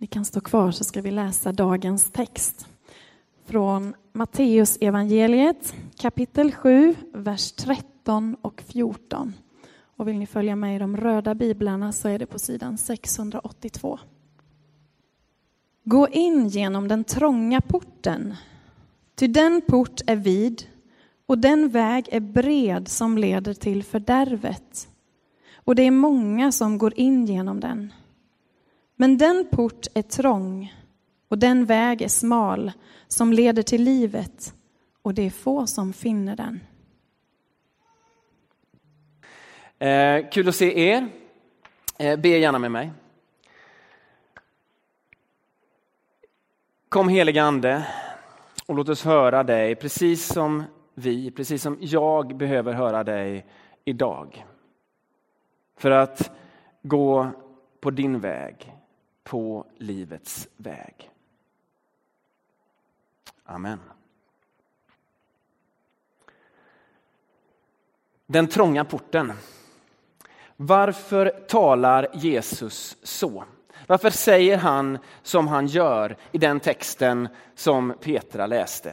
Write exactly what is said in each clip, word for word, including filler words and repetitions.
Ni kan stå kvar så ska vi läsa dagens text. Från Matteus evangeliet kapitel sju, vers tretton och fjorton. Och vill ni följa med i de röda biblarna så är det på sidan sexhundraåttiotvå. Gå in genom den trånga porten, ty den port är vid och den väg är bred som leder till fördärvet. Och det är många som går in genom den. Men den port är trång och den väg är smal som leder till livet och det är få som finner den. Eh, kul att se er. Eh, be gärna med mig. Kom heliga ande och låt oss höra dig precis som vi, precis som jag behöver höra dig idag. För att gå på din väg, på livets väg. Amen. Den trånga porten. Varför talar Jesus så? Varför säger han som han gör i den texten som Petra läste?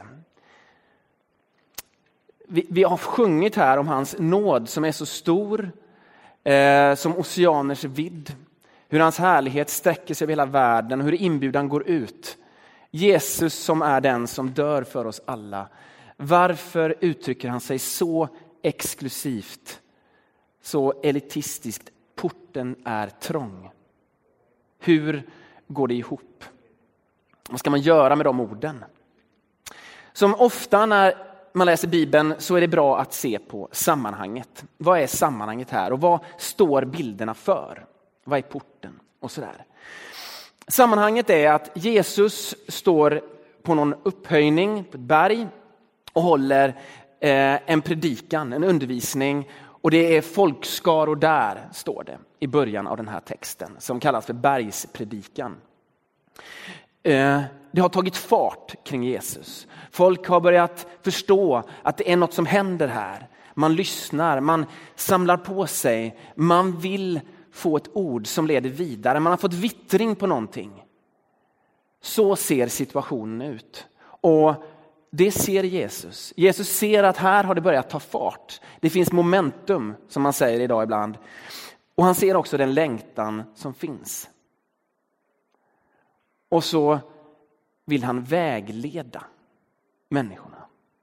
Vi, vi har sjungit här om hans nåd som är så stor eh, som oceaners vidd. Hur hans härlighet sträcker sig över hela världen och hur inbjudan går ut. Jesus som är den som dör för oss alla. Varför uttrycker han sig så exklusivt, så elitistiskt? Porten är trång. Hur går det ihop? Vad ska man göra med de orden? Som ofta när man läser Bibeln så är det bra att se på sammanhanget. Vad är sammanhanget här och vad står bilderna för? Vad är porten? Och sådär. Sammanhanget är att Jesus står på någon upphöjning på ett berg och håller eh, en predikan, en undervisning. Och det är folkskaror där, står det i början av den här texten, som kallas för bergspredikan. Eh, det har tagit fart kring Jesus. Folk har börjat förstå att det är något som händer här. Man lyssnar, man samlar på sig, man vill få ett ord som leder vidare. Man har fått vittring på någonting. Så ser situationen ut. Och det ser Jesus. Jesus ser att här har det börjat ta fart. Det finns momentum, som man säger idag ibland. Och han ser också den längtan som finns. Och så vill han vägleda människorna.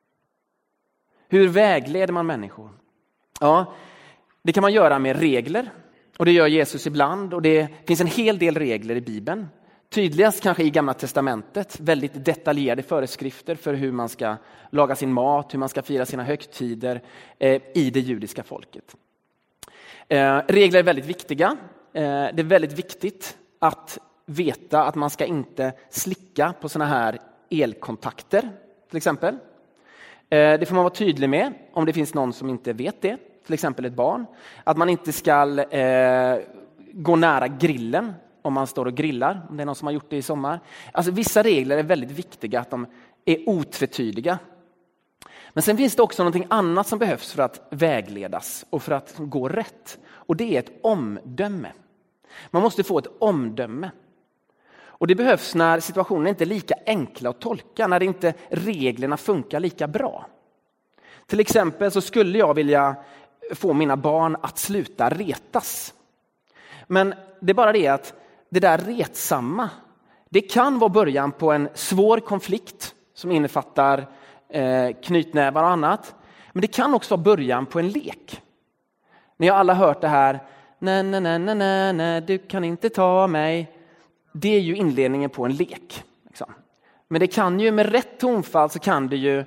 Hur vägleder man människor? Ja, det kan man göra med regler. Och det gör Jesus ibland. Och det finns en hel del regler i Bibeln. Tydligast kanske i Gamla testamentet. Väldigt detaljerade föreskrifter för hur man ska laga sin mat. Hur man ska fira sina högtider eh, i det judiska folket. Eh, regler är väldigt viktiga. Eh, det är väldigt viktigt att veta att man ska inte slicka på såna här elkontakter. Till exempel. Eh, det får man vara tydlig med om det finns någon som inte vet det. Till exempel ett barn. Att man inte ska eh, gå nära grillen om man står och grillar. Om det är någon som har gjort det i sommar. Alltså vissa regler är väldigt viktiga. Att de är otvetydiga. Men sen finns det också någonting annat som behövs för att vägledas. Och för att gå rätt. Och det är ett omdöme. Man måste få ett omdöme. Och det behövs när situationen inte är lika enkla att tolka. När inte reglerna funkar lika bra. Till exempel så skulle jag vilja få mina barn att sluta retas. Men det är bara det att det där retsamma, det kan vara början på en svår konflikt som innefattar eh, knytnävar och annat. Men det kan också vara början på en lek. Ni har alla hört det här, nej, nej, nej, nej, nej, nej, du kan inte ta mig. Det är ju inledningen på en lek. Liksom. Men det kan ju med rätt tonfall så kan det ju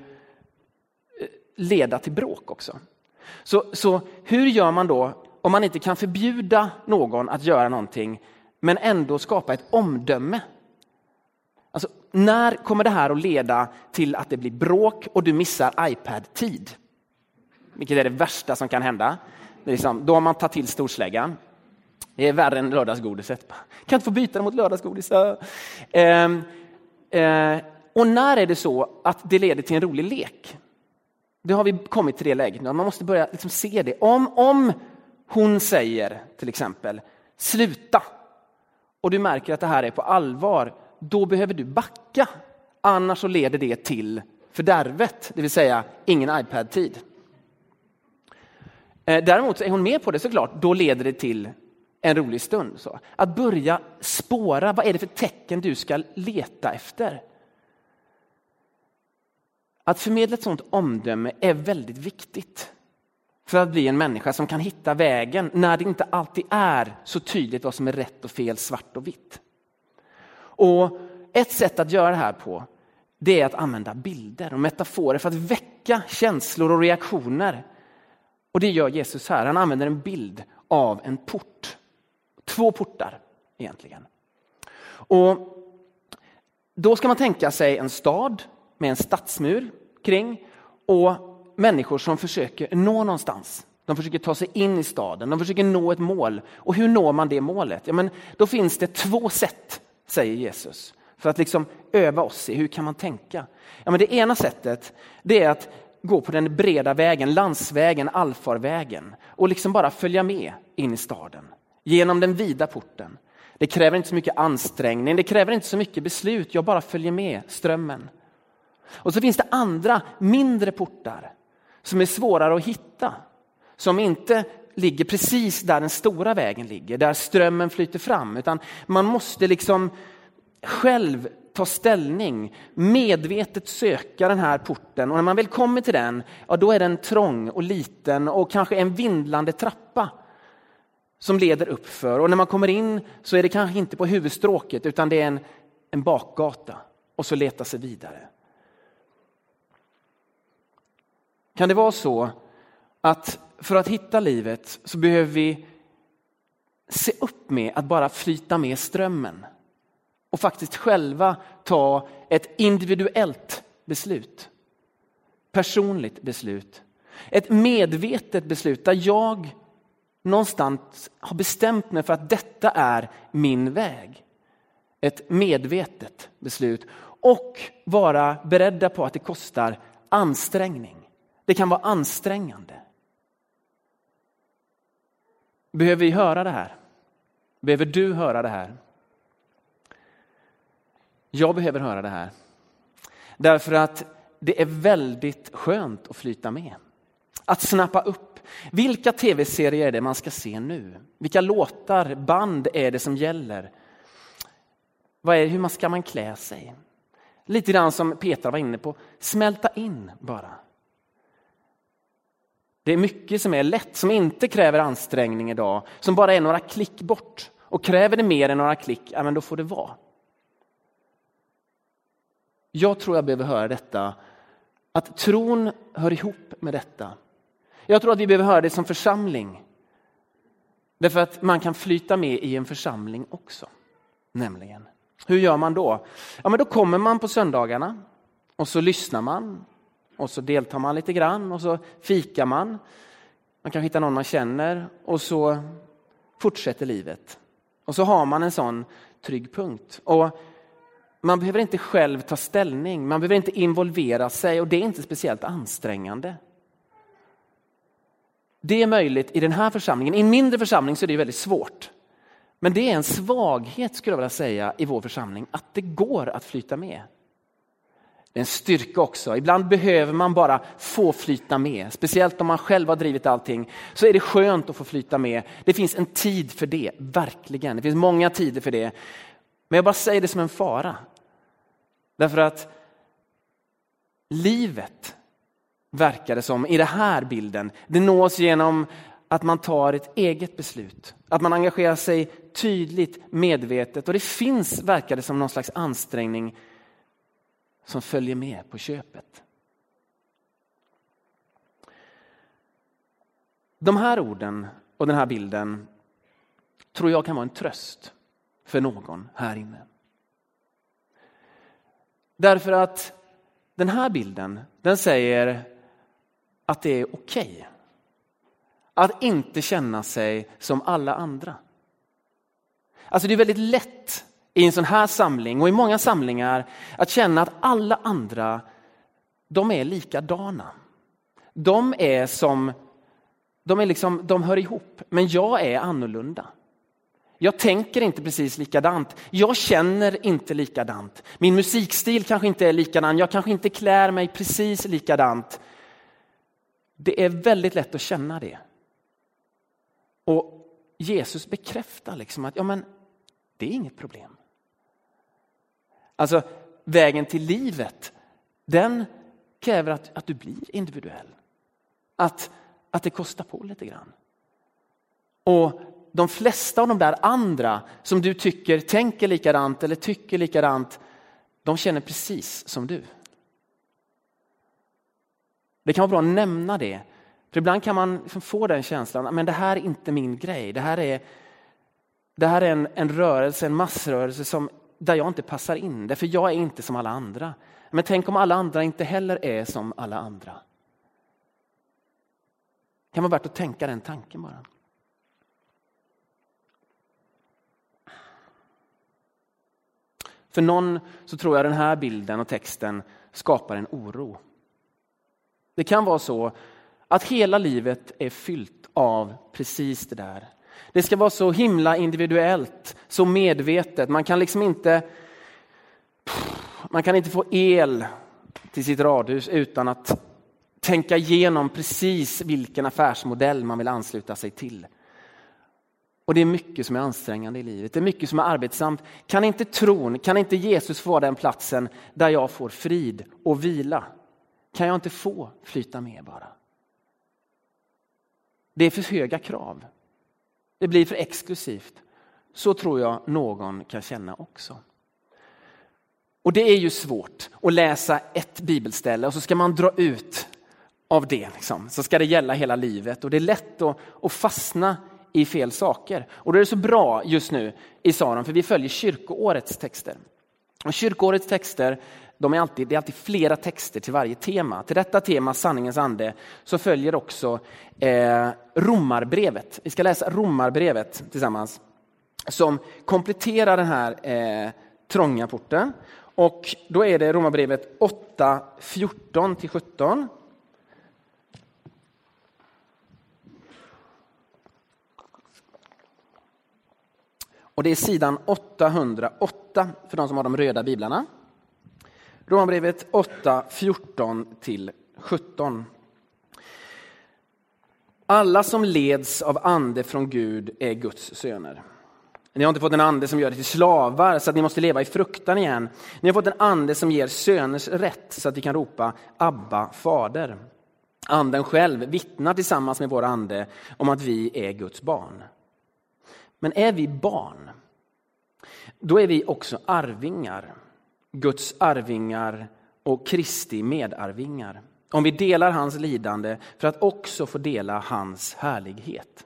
leda till bråk också. Så, så hur gör man då om man inte kan förbjuda någon att göra någonting men ändå skapa ett omdöme? Alltså, när kommer det här att leda till att det blir bråk och du missar iPad-tid? Vilket är det värsta som kan hända. Det är liksom, då har man tagit till storsläggan. Det är värre än lördagsgodiset. Kan inte få byta mot lördagsgodis. Eh, eh, och när är det så att det leder till en rolig lek? Det har vi kommit till det läget nu. Man måste börja liksom se det. Om, om hon säger till exempel sluta. och du märker att det här är på allvar, då behöver du backa. Annars så leder det till fördärvet, det vill säga ingen iPad-tid. Däremot är hon med på det såklart, då leder det till en rolig stund. Så. Att börja spåra, vad är det för tecken du ska leta efter? Att förmedla ett sådant omdöme är väldigt viktigt för att bli en människa som kan hitta vägen när det inte alltid är så tydligt vad som är rätt och fel, svart och vitt. Och ett sätt att göra det här på, det är att använda bilder och metaforer för att väcka känslor och reaktioner. Och det gör Jesus här. Han använder en bild av en port. Två portar egentligen. Och då ska man tänka sig en stad med en stadsmur kring och människor som försöker nå någonstans. De försöker ta sig in i staden. De försöker nå ett mål. Och hur når man det målet? Ja, men då finns det två sätt, säger Jesus. För att liksom öva oss i hur kan man tänka. Ja, men det ena sättet, det är att gå på den breda vägen, landsvägen, allfarvägen. Och liksom bara följa med in i staden. Genom den vida porten. Det kräver inte så mycket ansträngning. Det kräver inte så mycket beslut. Jag bara följer med strömmen. Och så finns det andra mindre portar. Som är svårare att hitta. Som inte ligger precis där den stora vägen ligger. Där strömmen flyter fram. Utan man måste liksom själv ta ställning. Medvetet söka den här porten. Och när man väl kommer till den. Ja, då är den trång och liten. Och kanske en vindlande trappa. Som leder upp för. Och när man kommer in så är det kanske inte på huvudstråket. Utan det är en, en bakgata. Och så letar sig vidare. Kan det vara så att för att hitta livet så behöver vi se upp med att bara flyta med strömmen. Och faktiskt själva ta ett individuellt beslut. Personligt beslut. Ett medvetet beslut där jag någonstans har bestämt mig för att detta är min väg. Ett medvetet beslut. Och vara beredda på att det kostar ansträngning. Det kan vara ansträngande. Behöver vi höra det här? Behöver du höra det här? Jag behöver höra det här. Därför att det är väldigt skönt att flyta med. Att snappa upp. Vilka tv-serier är det man ska se nu? Vilka låtar, band är det som gäller? Vad är, hur ska man klä sig? Lite grann som Petra var inne på. Smälta in bara. Det är mycket som är lätt, som inte kräver ansträngning idag. Som bara är några klick bort. Och kräver det mer än några klick, ja, men då får det vara. Jag tror jag behöver höra detta. Att tron hör ihop med detta. Jag tror att vi behöver höra det som församling. Därför att man kan flyta med i en församling också. Nämligen. Hur gör man då? Ja, men då kommer man på söndagarna. Och så lyssnar man. Och så deltar man lite grann. Och så fikar man. Man kan hitta någon man känner. Och så fortsätter livet. Och så har man en sån trygg punkt. Och man behöver inte själv ta ställning. Man behöver inte involvera sig. Och det är inte speciellt ansträngande. Det är möjligt i den här församlingen. I en mindre församling så är det väldigt svårt. Men det är en svaghet, skulle jag vilja säga, i vår församling. Att det går att flyta med. Det är en styrka också. Ibland behöver man bara få flyta med. Speciellt om man själv har drivit allting. Så är det skönt att få flyta med. Det finns en tid för det. Verkligen. Det finns många tider för det. Men jag bara säger det som en fara. Därför att livet verkar det som i den här bilden. Det nås genom att man tar ett eget beslut. Att man engagerar sig tydligt, medvetet. Och det finns, verkar det som, någon slags ansträngning som följer med på köpet. De här orden och den här bilden tror jag kan vara en tröst för någon här inne. Därför att den här bilden, den säger att det är okej att inte känna sig som alla andra. Alltså det är väldigt lätt i en sån här samling och i många samlingar att känna att alla andra, de är likadana. De är som, de är liksom, de hör ihop, men jag är annorlunda. Jag tänker inte precis likadant. Jag känner inte likadant. Min musikstil kanske inte är likadan. Jag kanske inte klär mig precis likadant. Det är väldigt lätt att känna det. Och Jesus bekräftar liksom att ja, men det är inget problem. Alltså vägen till livet, den kräver att, att du blir individuell. Att, att det kostar på lite grann. Och de flesta av de där andra som du tycker tänker likadant eller tycker likadant, de känner precis som du. Det kan vara bra att nämna det. För ibland kan man liksom få den känslan, men det här är inte min grej. Det här är, det här är en, en rörelse, en massrörelse som, där jag inte passar in. Därför jag är inte som alla andra. Men tänk om alla andra inte heller är som alla andra. Det kan vara värt att tänka den tanken bara. För någon så tror jag den här bilden och texten skapar en oro. Det kan vara så att hela livet är fyllt av precis det där. Det ska vara så himla individuellt, så medvetet. Man kan liksom inte, man kan inte få el till sitt radhus utan att tänka igenom precis vilken affärsmodell man vill ansluta sig till. Och det är mycket som är ansträngande i livet. Det är mycket som är arbetsamt. Kan inte tron, kan inte Jesus få den platsen där jag får frid och vila? Kan jag inte få flyta med bara? Det är för höga krav. Det blir för exklusivt. Så tror jag någon kan känna också. Och det är ju svårt att läsa ett bibelställe och så ska man dra ut av det. Liksom. Så ska det gälla hela livet. Och det är lätt att, att fastna i fel saker. Och det är så bra just nu i Saron, för vi följer kyrkoårets texter. Och kyrkoårets texter, de är alltid, det är alltid flera texter till varje tema. Till detta tema, sanningens ande, så följer också eh, Romarbrevet. Vi ska läsa Romarbrevet tillsammans, som kompletterar den här eh, trånga porten. Och då är det Romarbrevet åtta, fjorton till sjutton. Och det är sidan åttahundraåtta för de som har de röda biblarna. Romarbrevet åtta, fjorton till sjutton. Alla som leds av ande från Gud är Guds söner. Ni har inte fått en ande som gör er till slavar så att ni måste leva i fruktan igen. Ni har fått en ande som ger söners rätt så att vi kan ropa Abba, fader. Anden själv vittnar tillsammans med vår ande om att vi är Guds barn. Men är vi barn, då är vi också arvingar. Guds arvingar och Kristi medarvingar. Om vi delar hans lidande för att också få dela hans härlighet.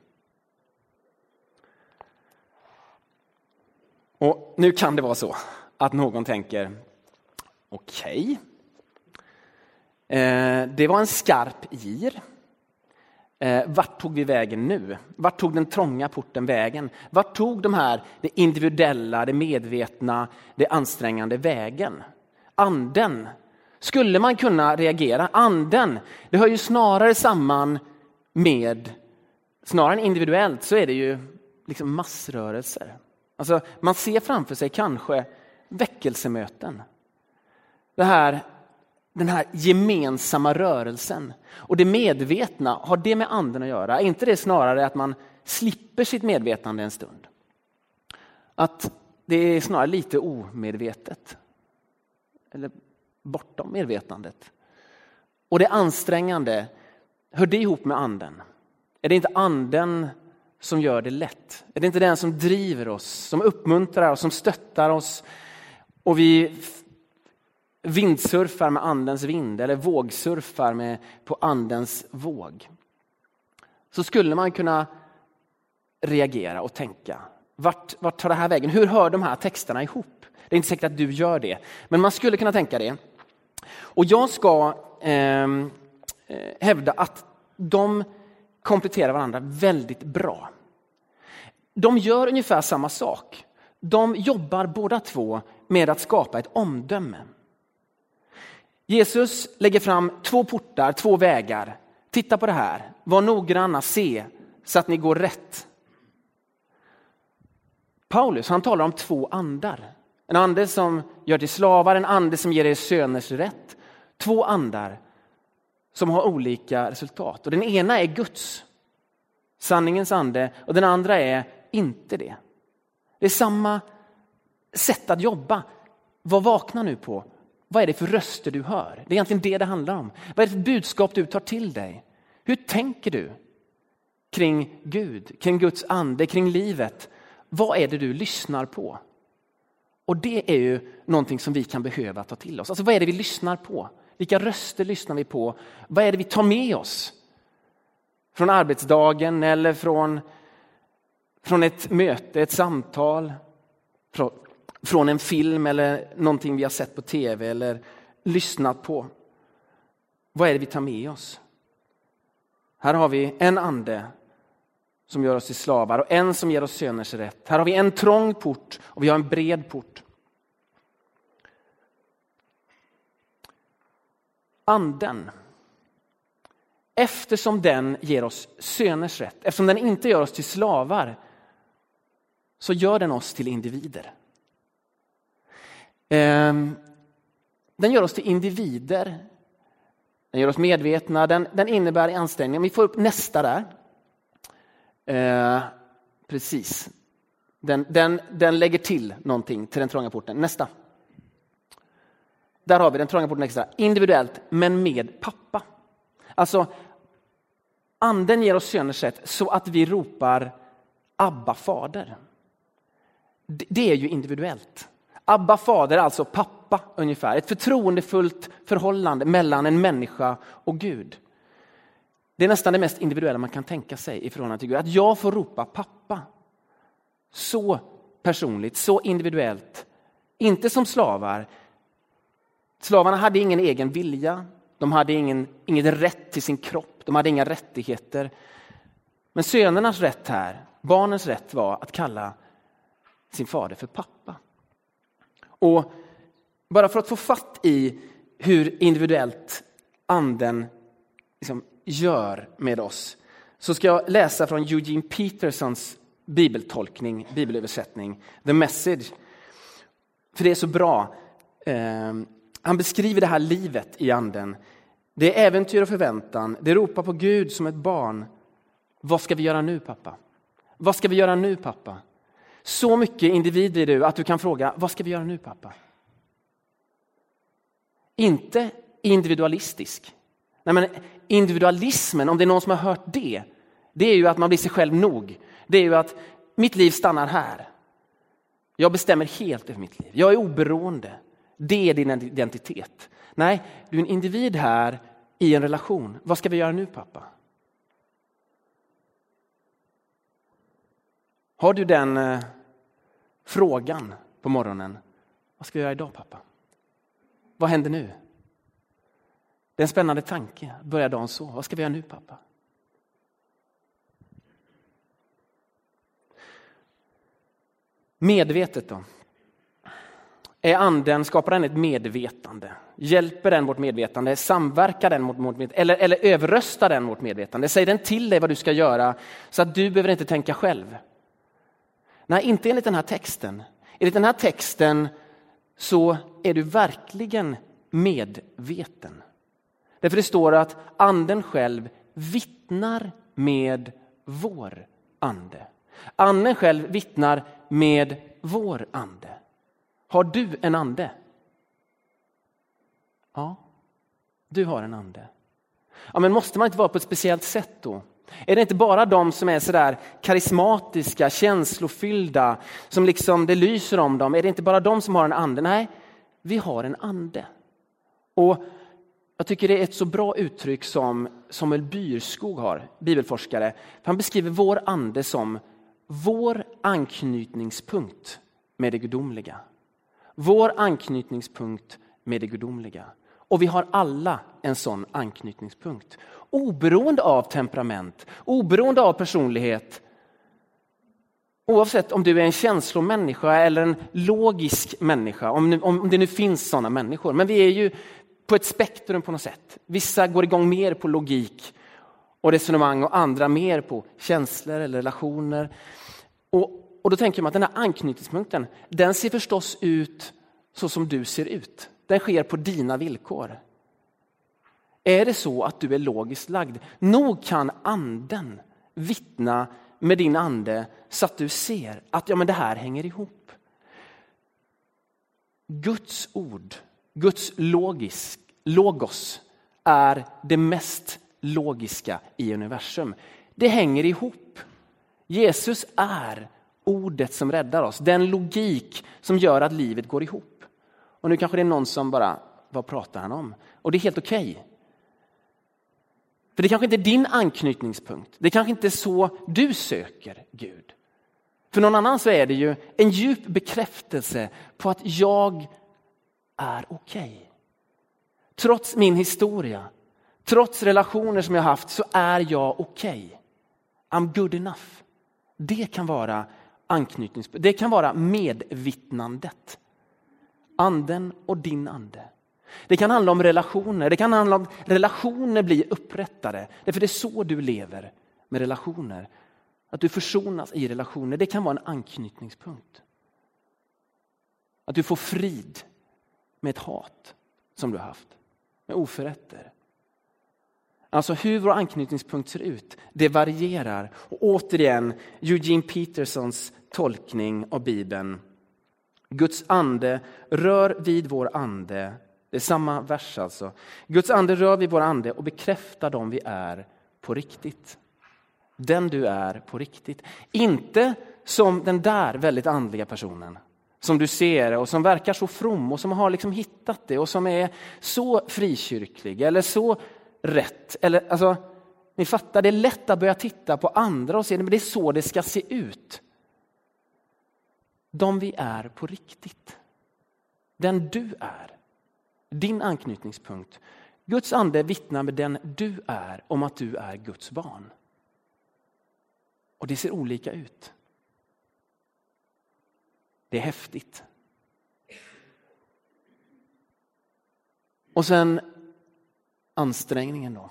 Och nu kan det vara så att någon tänker, okej, okay, eh, det var en skarp gir. Eh, vart tog vi vägen nu? Vart tog den trånga porten vägen? Vart tog de här, det individuella, det medvetna, det ansträngande vägen? Anden. Skulle man kunna reagera? Anden, det hör ju snarare samman med, snarare än individuellt så är det ju liksom massrörelser. Alltså man ser framför sig kanske väckelsemöten. Det här, den här gemensamma rörelsen. Och det medvetna, har det med anden att göra? Är inte det snarare att man slipper sitt medvetande en stund? Att det är snarare lite omedvetet. Eller bortom medvetandet. Och det ansträngande, hör det ihop med anden? Är det inte anden som gör det lätt? Är det inte den som driver oss, som uppmuntrar oss, som stöttar oss? Och vi vindsurfar med andens vind eller vågsurfar med på andens våg. Så skulle man kunna reagera och tänka, vart, vart tar det här vägen? Hur hör de här texterna ihop? Det är inte säkert att du gör det, men man skulle kunna tänka det. Och jag ska eh, hävda att de kompletterar varandra väldigt bra. De gör ungefär samma sak. De jobbar båda två med att skapa ett omdöme. Jesus lägger fram två portar, två vägar. Titta på det här. Var noggranna, se så att ni går rätt. Paulus, han talar om två andar. En ande som gör till slavar, en ande som ger er söners rätt. Två andar som har olika resultat. Och den ena är Guds, sanningens ande, och den andra är inte det. Det är samma sätt att jobba. Vad vaknar nu på? Vad är det för röster du hör? Det är egentligen det det handlar om. Vad är det för budskap du tar till dig? Hur tänker du kring Gud, kring Guds ande, kring livet? Vad är det du lyssnar på? Och det är ju någonting som vi kan behöva ta till oss. Alltså vad är det vi lyssnar på? Vilka röster lyssnar vi på? Vad är det vi tar med oss? Från arbetsdagen eller från, från ett möte, ett samtal. Från, från en film eller någonting vi har sett på tv eller lyssnat på. Vad är det vi tar med oss? Här har vi en ande som gör oss till slavar och en som ger oss söners rätt. Här har vi en trång port och vi har en bred port. Anden, eftersom den ger oss söners rätt, eftersom den inte gör oss till slavar, så gör den oss till individer. Den gör oss till individer. Den gör oss medvetna. Den, den innebär i ansträngning. Vi får upp nästa där. Eh, precis. Den, den, den lägger till någonting till den trånga porten. Nästa. Där har vi den trånga porten extra. Individuellt, men med pappa. Alltså, anden ger oss söners rätt så att vi ropar Abba fader. Det, det är ju individuellt. Abba fader, alltså pappa ungefär. Ett förtroendefullt förhållande mellan en människa och Gud. Det är nästan det mest individuella man kan tänka sig i förhållande till Gud. Att jag får ropa pappa. Så personligt, så individuellt. Inte som slavar. Slavarna hade ingen egen vilja. De hade ingen, ingen rätt till sin kropp. De hade inga rättigheter. Men sönernas rätt här, barnens rätt var att kalla sin fader för pappa. Och bara för att få fatt i hur individuellt anden liksom gör med oss, så ska jag läsa från Eugene Petersons bibeltolkning, bibelöversättning, The Message. För det är så bra. Eh, han beskriver det här livet i anden. Det är äventyr och förväntan. Det ropar på Gud som ett barn. Vad ska vi göra nu, pappa? Vad ska vi göra nu, pappa? Så mycket individ blir du att du kan fråga, vad ska vi göra nu, pappa? Inte individualistisk. Nej, men individualismen, om det är någon som har hört det, det är ju att man blir sig själv nog. Det är ju att mitt liv stannar här. Jag bestämmer helt över mitt liv. Jag är oberoende. Det är din identitet. Nej, du är en individ här i en relation. Vad ska vi göra nu, pappa? Har du den eh, frågan på morgonen? Vad ska vi göra idag, pappa? Vad händer nu? Det är en spännande tanke. Börjar dagen så. Vad ska vi göra nu, pappa? Medvetet då. Är anden, skapar den ett medvetande? Hjälper den vårt medvetande? Samverkar den mot, mot eller, eller överröstar den vårt medvetande? Säger den till dig vad du ska göra så att du behöver inte tänka själv? Nej, inte enligt den här texten. Enligt den här texten så är du verkligen medveten. Därför det står att anden själv vittnar med vår ande. Anden själv vittnar med vår ande. Har du en ande? Ja, du har en ande. Ja, men måste man inte vara på ett speciellt sätt då? Är det inte bara de som är sådär karismatiska, känslofyllda, som liksom det lyser om dem? Är det inte bara de som har en ande? Nej, vi har en ande. Och jag tycker det är ett så bra uttryck som Samuel Byrskog har, bibelforskare. Han beskriver vår ande som vår anknytningspunkt med det gudomliga. Vår anknytningspunkt med det gudomliga. Och vi har alla en sån anknytningspunkt. Oberoende av temperament, oberoende av personlighet. Oavsett om du är en känslomänniska eller en logisk människa. Om, om det nu finns sådana människor. Men vi är ju på ett spektrum på något sätt. Vissa går igång mer på logik och resonemang och andra mer på känslor eller relationer. Och, Och då tänker man att den här anknytningspunkten, den ser förstås ut så som du ser ut. Den sker på dina villkor. Är det så att du är logiskt lagd, nog kan anden vittna med din ande så att du ser att ja, men det här hänger ihop. Guds ord, Guds logisk, logos är det mest logiska i universum. Det hänger ihop. Jesus är ordet som räddar oss. Den logik som gör att livet går ihop. Och nu kanske det är någon som bara, vad pratar han om? Och det är helt okej. Okay. För det kanske inte är din anknytningspunkt. Det kanske inte är så du söker Gud. För någon annan så är det ju en djup bekräftelse på att jag är okej. Okay. Trots min historia, trots relationer som jag haft, så är jag okej. Okay. I'm good enough. Det kan vara anknytningspunkt. Det kan vara medvittnandet. Anden och din ande. Det kan handla om relationer. Det kan handla om relationer blir upprättade. Därför det är så du lever med relationer. Att du försonas i relationer. Det kan vara en anknytningspunkt. Att du får frid med ett hat som du har haft. Med oförrätter. Alltså hur vår anknytningspunkt ser ut, det varierar. Och återigen, Eugene Petersons tolkning av Bibeln. Guds ande rör vid vår ande. Det är samma vers alltså. Guds ande rör vid vår ande och bekräftar dem vi är på riktigt. Den du är på riktigt. Inte som den där väldigt andliga personen. Som du ser och som verkar så from och som har liksom hittat det. Och som är så frikyrklig eller så rätt. Eller, alltså, ni fattar, det är lätt att börja titta på andra och se, men det är så det ska se ut. De vi är på riktigt. Den du är. Din anknytningspunkt. Guds ande vittnar med den du är om att du är Guds barn. Och det ser olika ut. Det är häftigt. Och sen ansträngningen då.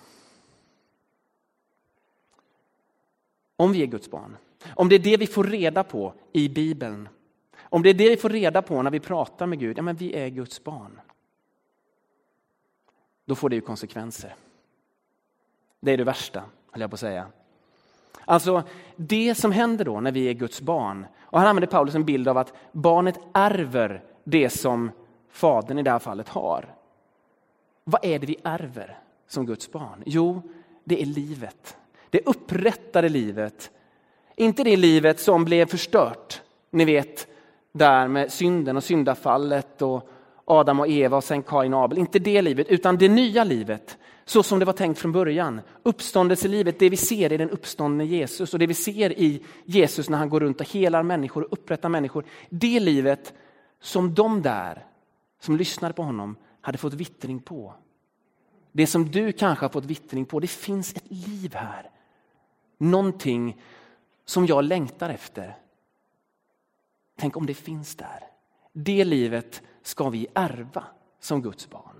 Om vi är Guds barn. Om det är det vi får reda på i Bibeln. Om det är det vi får reda på när vi pratar med Gud. Ja, men vi är Guds barn. Då får det ju konsekvenser. Det är det värsta, höll jag på att säga. Alltså det som händer då när vi är Guds barn. Och här använder Paulus en bild av att barnet ärver det som fadern i det här fallet har. Vad är det vi ärver som Guds barn? Jo, det är livet. Det upprättade livet. Inte det livet som blev förstört. Ni vet, där med synden och syndafallet och Adam och Eva och sen Kain och Abel. Inte det livet, utan det nya livet. Så som det var tänkt från början. Uppståndelselivet, det vi ser i den uppståndne Jesus. Och det vi ser i Jesus när han går runt och helar människor och upprättar människor. Det livet som de där som lyssnade på honom hade fått vittring på. Det som du kanske har fått vittring på. Det finns ett liv här. Någonting som jag längtar efter. Tänk om det finns där. Det livet ska vi ärva som Guds barn.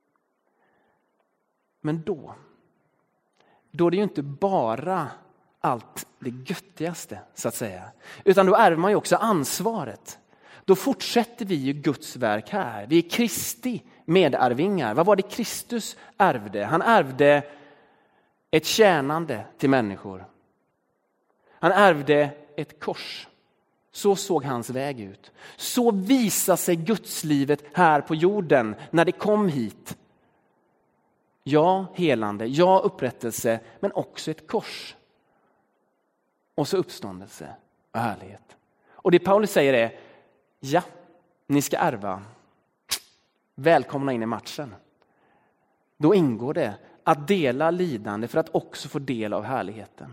Men då, då är det ju inte bara allt det göttigaste så att säga. Utan då ärver man ju också ansvaret. Då fortsätter vi ju Guds verk här. Vi är Kristi medarvingar. Vad var det Kristus ärvde? Han ärvde ett tjänande till människor. Han ärvde ett kors. Så såg hans väg ut. Så visar sig Gudslivet här på jorden när det kom hit. Ja, helande, ja, upprättelse, men också ett kors. Och så uppståndelse och härlighet. Och det Paulus säger är, ja, ni ska ärva. Välkomna in i matchen. Då ingår det att dela lidande för att också få del av härligheten.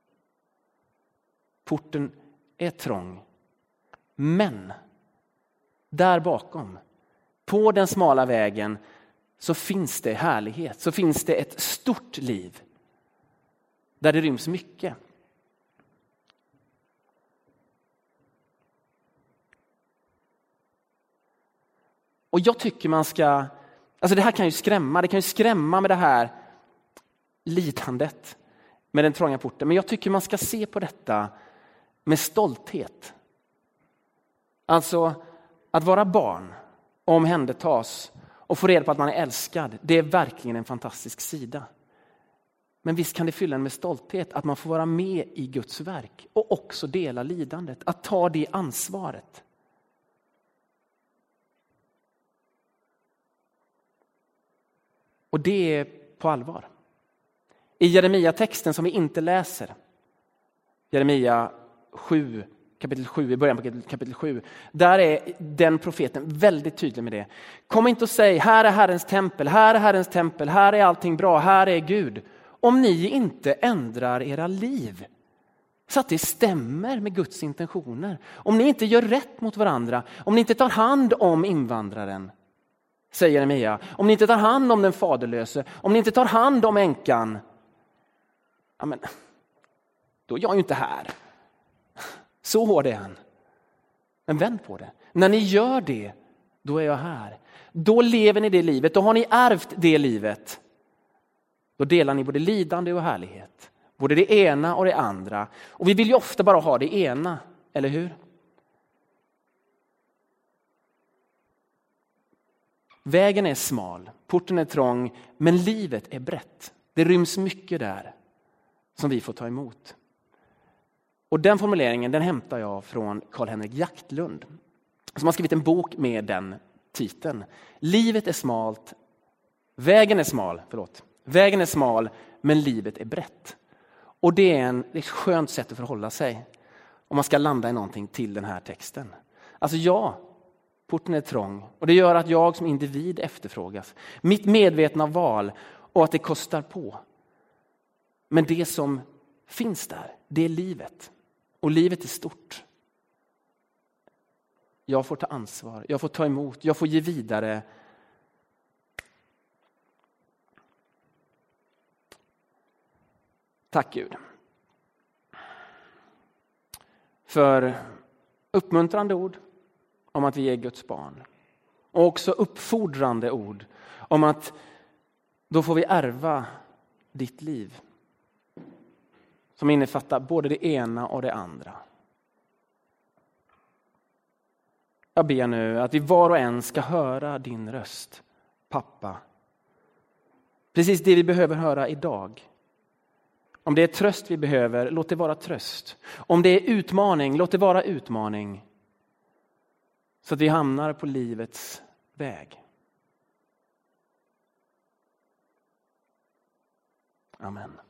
Porten är trång. Men där bakom, på den smala vägen, så finns det härlighet. Så finns det ett stort liv. Där det ryms mycket. Och jag tycker man ska, alltså det här kan ju skrämma. Det kan ju skrämma med det här lidandet med den trånga porten. Men jag tycker man ska se på detta med stolthet. Alltså att vara barn, omhändertas och få reda på att man är älskad, det är verkligen en fantastisk sida. Men visst kan det fylla en med stolthet att man får vara med i Guds verk och också dela lidandet, att ta det ansvaret. Och det är på allvar. I Jeremia-texten som vi inte läser, Jeremia sju, kapitel sju, i början på kapitel sju, där är den profeten väldigt tydlig med det. Kom inte och säg, här är Herrens tempel, här är Herrens tempel, här är allting bra, här är Gud. Om ni inte ändrar era liv så att det stämmer med Guds intentioner. Om ni inte gör rätt mot varandra, om ni inte tar hand om invandraren, säger Jeremia, om ni inte tar hand om den faderlöse, om ni inte tar hand om änkan, ja men, då är jag ju inte här. Så hård är han. Men vänd på det. När ni gör det, då är jag här. Då lever ni det livet, då har ni ärvt det livet. Då delar ni både lidande och härlighet. Både det ena och det andra. Och vi vill ju ofta bara ha det ena, eller hur? Vägen är smal, porten är trång, men livet är brett. Det ryms mycket där som vi får ta emot. Och den formuleringen, den hämtar jag från Karl-Henrik Jaktlund, som har skrivit en bok med den titeln. Livet är smalt, vägen är smal, förlåt. Vägen är smal, men livet är brett. Och det är, en, det är ett skönt sätt att förhålla sig om man ska landa i någonting till den här texten. Alltså ja, porten är trång och det gör att jag som individ efterfrågas. Mitt medvetna val och att det kostar på. Men det som finns där, det är livet. Och livet är stort. Jag får ta ansvar, jag får ta emot, jag får ge vidare. Tack Gud för uppmuntrande ord om att vi är Guds barn. Och också uppfordrande ord om att då får vi ärva ditt liv. Som innefattar både det ena och det andra. Jag ber nu att vi var och en ska höra din röst, pappa. Precis det vi behöver höra idag. Om det är tröst vi behöver, låt det vara tröst. Om det är utmaning, låt det vara utmaning. Så att vi hamnar på livets väg. Amen.